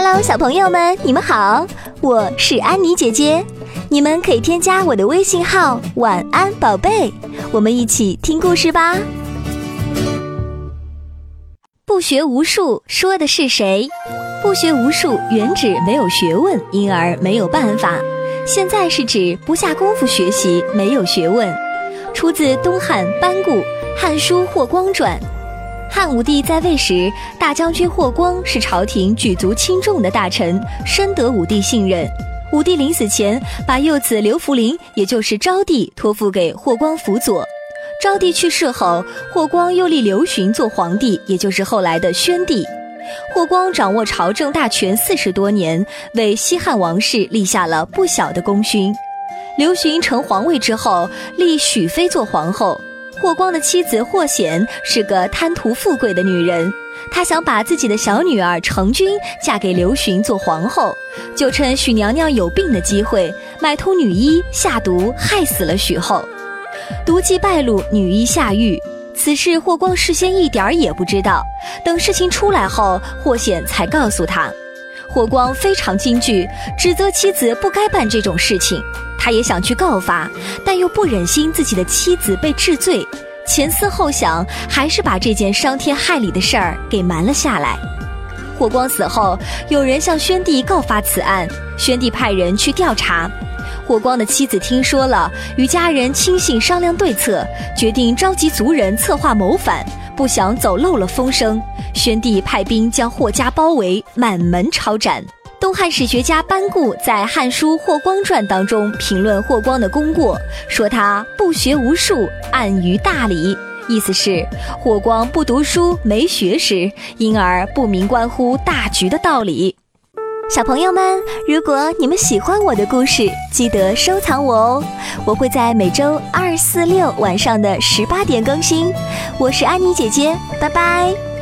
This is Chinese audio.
Hello， 小朋友们，你们好，我是安妮姐姐。你们可以添加我的微信号“晚安宝贝”，我们一起听故事吧。不学无术说的是谁？不学无术原指没有学问，因而没有办法。现在是指不下功夫学习，没有学问。出自东汉班固《汉书霍光传》。汉武帝在位时，大将军霍光是朝廷举足轻重的大臣，深得武帝信任。武帝临死前，把幼子刘弗陵，也就是昭帝，托付给霍光辅佐。昭帝去世后，霍光又立刘询做皇帝，也就是后来的宣帝。霍光掌握朝政大权40多年，为西汉王室立下了不小的功勋。刘询承皇位之后，立许妃做皇后。霍光的妻子霍显是个贪图富贵的女人，她想把自己的小女儿成君嫁给刘询做皇后，就趁许娘娘有病的机会，买通女医下毒害死了许后。毒计败露，女医下狱。此事霍光事先一点也不知道，等事情出来后，霍显才告诉他。霍光非常惊惧，指责妻子不该办这种事情。他也想去告发，但又不忍心自己的妻子被治罪，前思后想，还是把这件伤天害理的事儿给瞒了下来。霍光死后，有人向宣帝告发此案，宣帝派人去调查。霍光的妻子听说了，与家人亲信商量对策，决定召集族人策划谋反，不想走漏了风声。宣帝派兵将霍家包围，满门抄斩。东汉史学家班固在《汉书霍光传》当中评论霍光的功过，说他不学无术，暗于大礼，意思是霍光不读书没学识，因而不明关乎大局的道理。小朋友们，如果你们喜欢我的故事，记得收藏我哦，我会在每周2、4、6晚上的18点更新。我是安妮姐姐，拜拜。